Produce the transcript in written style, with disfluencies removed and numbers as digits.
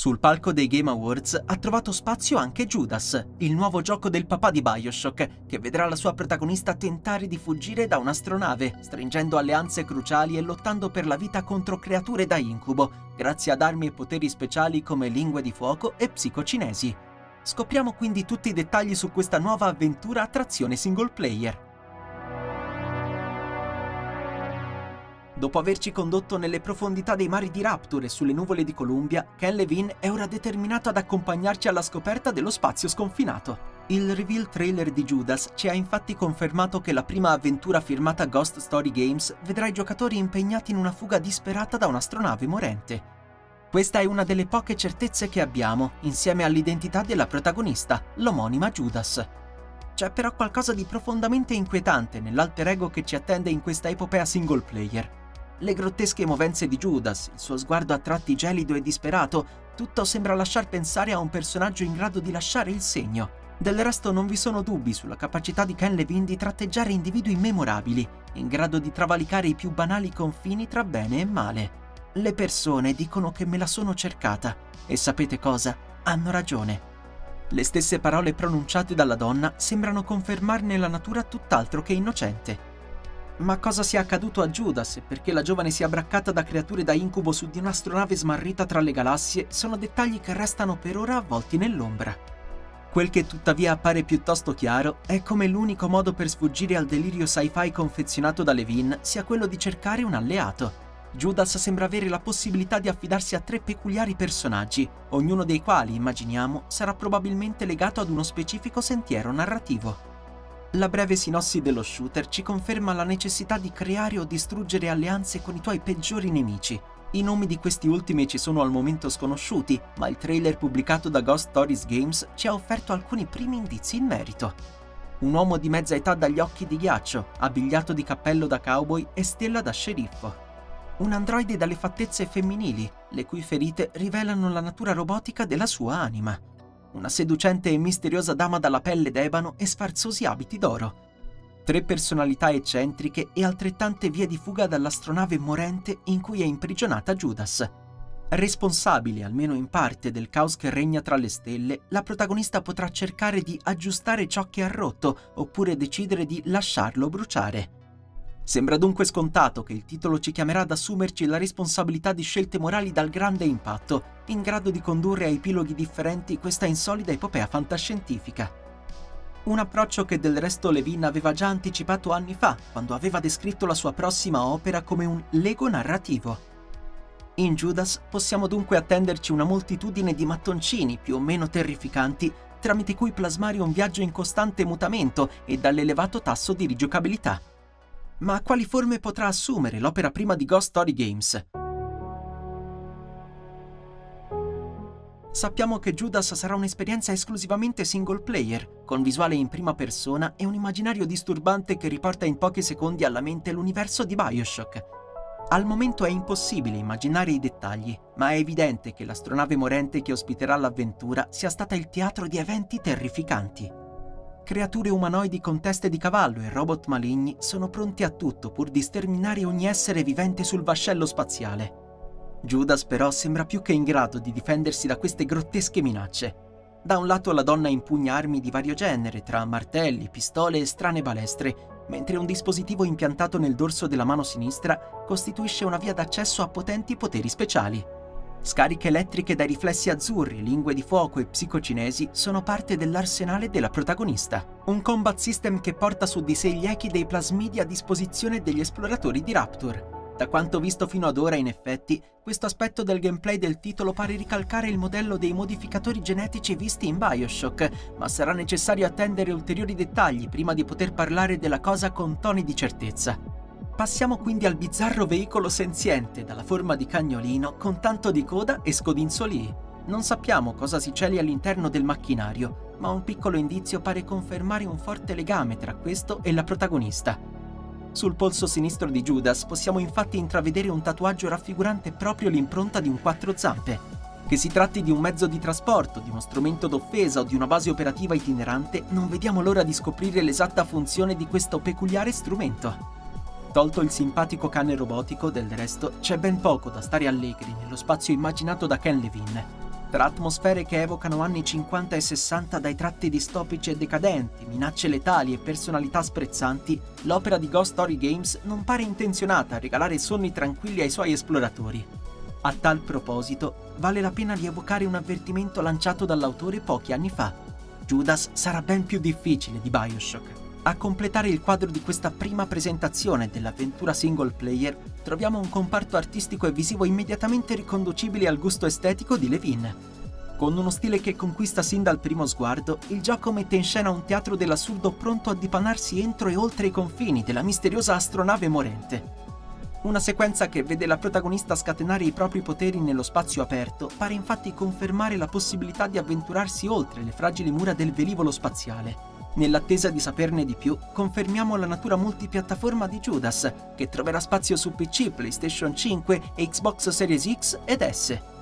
Sul palco dei Game Awards ha trovato spazio anche Judas, il nuovo gioco del papà di BioShock, che vedrà la sua protagonista tentare di fuggire da un'astronave, stringendo alleanze cruciali e lottando per la vita contro creature da incubo, grazie ad armi e poteri speciali come lingue di fuoco e psicocinesi. Scopriamo quindi tutti i dettagli su questa nuova avventura a trazione single player. Dopo averci condotto nelle profondità dei mari di Rapture e sulle nuvole di Columbia, Ken Levine è ora determinato ad accompagnarci alla scoperta dello spazio sconfinato. Il reveal trailer di Judas ci ha infatti confermato che la prima avventura firmata Ghost Story Games vedrà i giocatori impegnati in una fuga disperata da un'astronave morente. Questa è una delle poche certezze che abbiamo, insieme all'identità della protagonista, l'omonima Judas. C'è però qualcosa di profondamente inquietante nell'alter ego che ci attende in questa epopea single player. Le grottesche movenze di Judas, il suo sguardo a tratti gelido e disperato, tutto sembra lasciar pensare a un personaggio in grado di lasciare il segno. Del resto non vi sono dubbi sulla capacità di Ken Levine di tratteggiare individui memorabili, in grado di travalicare i più banali confini tra bene e male. Le persone dicono che me la sono cercata, e sapete cosa? Hanno ragione. Le stesse parole pronunciate dalla donna sembrano confermarne la natura tutt'altro che innocente. Ma cosa sia accaduto a Judas e perché la giovane sia braccata da creature da incubo su di un'astronave smarrita tra le galassie sono dettagli che restano per ora avvolti nell'ombra. Quel che tuttavia appare piuttosto chiaro è come l'unico modo per sfuggire al delirio sci-fi confezionato da Levine sia quello di cercare un alleato. Judas sembra avere la possibilità di affidarsi a 3 peculiari personaggi, ognuno dei quali, immaginiamo, sarà probabilmente legato ad uno specifico sentiero narrativo. La breve sinossi dello shooter ci conferma la necessità di creare o distruggere alleanze con i tuoi peggiori nemici. I nomi di questi ultimi ci sono al momento sconosciuti, ma il trailer pubblicato da Ghost Stories Games ci ha offerto alcuni primi indizi in merito. Un uomo di mezza età dagli occhi di ghiaccio, abbigliato di cappello da cowboy e stella da sceriffo. Un androide dalle fattezze femminili, le cui ferite rivelano la natura robotica della sua anima. Una seducente e misteriosa dama dalla pelle d'ebano e sfarzosi abiti d'oro. 3 personalità eccentriche e altrettante vie di fuga dall'astronave morente in cui è imprigionata Judas. Responsabile, almeno in parte, del caos che regna tra le stelle, la protagonista potrà cercare di aggiustare ciò che ha rotto, oppure decidere di lasciarlo bruciare. Sembra dunque scontato che il titolo ci chiamerà ad assumerci la responsabilità di scelte morali dal grande impatto, in grado di condurre a epiloghi differenti questa insolita epopea fantascientifica. Un approccio che del resto Levine aveva già anticipato anni fa, quando aveva descritto la sua prossima opera come un Lego narrativo. In Judas possiamo dunque attenderci una moltitudine di mattoncini più o meno terrificanti, tramite cui plasmare un viaggio in costante mutamento e dall'elevato tasso di rigiocabilità. Ma quali forme potrà assumere l'opera prima di Ghost Story Games? Sappiamo che Judas sarà un'esperienza esclusivamente single player, con visuale in prima persona e un immaginario disturbante che riporta in pochi secondi alla mente l'universo di BioShock. Al momento è impossibile immaginare i dettagli, ma è evidente che l'astronave morente che ospiterà l'avventura sia stata il teatro di eventi terrificanti. Creature umanoidi con teste di cavallo e robot maligni sono pronti a tutto pur di sterminare ogni essere vivente sul vascello spaziale. Judas però sembra più che in grado di difendersi da queste grottesche minacce. Da un lato la donna impugna armi di vario genere, tra martelli, pistole e strane balestre, mentre un dispositivo impiantato nel dorso della mano sinistra costituisce una via d'accesso a potenti poteri speciali. Scariche elettriche dai riflessi azzurri, lingue di fuoco e psicocinesi sono parte dell'arsenale della protagonista. Un combat system che porta su di sé gli echi dei plasmidi a disposizione degli esploratori di Rapture. Da quanto visto fino ad ora, in effetti, questo aspetto del gameplay del titolo pare ricalcare il modello dei modificatori genetici visti in BioShock, ma sarà necessario attendere ulteriori dettagli prima di poter parlare della cosa con toni di certezza. Passiamo quindi al bizzarro veicolo senziente dalla forma di cagnolino con tanto di coda e scodinzolii. Non sappiamo cosa si celi all'interno del macchinario, ma un piccolo indizio pare confermare un forte legame tra questo e la protagonista. Sul polso sinistro di Judas possiamo infatti intravedere un tatuaggio raffigurante proprio l'impronta di un 4 zampe. Che si tratti di un mezzo di trasporto, di uno strumento d'offesa o di una base operativa itinerante, non vediamo l'ora di scoprire l'esatta funzione di questo peculiare strumento. Tolto il simpatico cane robotico, del resto, c'è ben poco da stare allegri nello spazio immaginato da Ken Levine. Tra atmosfere che evocano anni 50 e 60 dai tratti distopici e decadenti, minacce letali e personalità sprezzanti, l'opera di Ghost Story Games non pare intenzionata a regalare sonni tranquilli ai suoi esploratori. A tal proposito, vale la pena rievocare un avvertimento lanciato dall'autore pochi anni fa. Judas sarà ben più difficile di BioShock. A completare il quadro di questa prima presentazione dell'avventura single player, troviamo un comparto artistico e visivo immediatamente riconducibile al gusto estetico di Levine. Con uno stile che conquista sin dal primo sguardo, il gioco mette in scena un teatro dell'assurdo pronto a dipanarsi entro e oltre i confini della misteriosa astronave morente. Una sequenza che vede la protagonista scatenare i propri poteri nello spazio aperto pare infatti confermare la possibilità di avventurarsi oltre le fragili mura del velivolo spaziale. Nell'attesa di saperne di più, confermiamo la natura multipiattaforma di Judas, che troverà spazio su PC, PlayStation 5 e Xbox Series X ed S.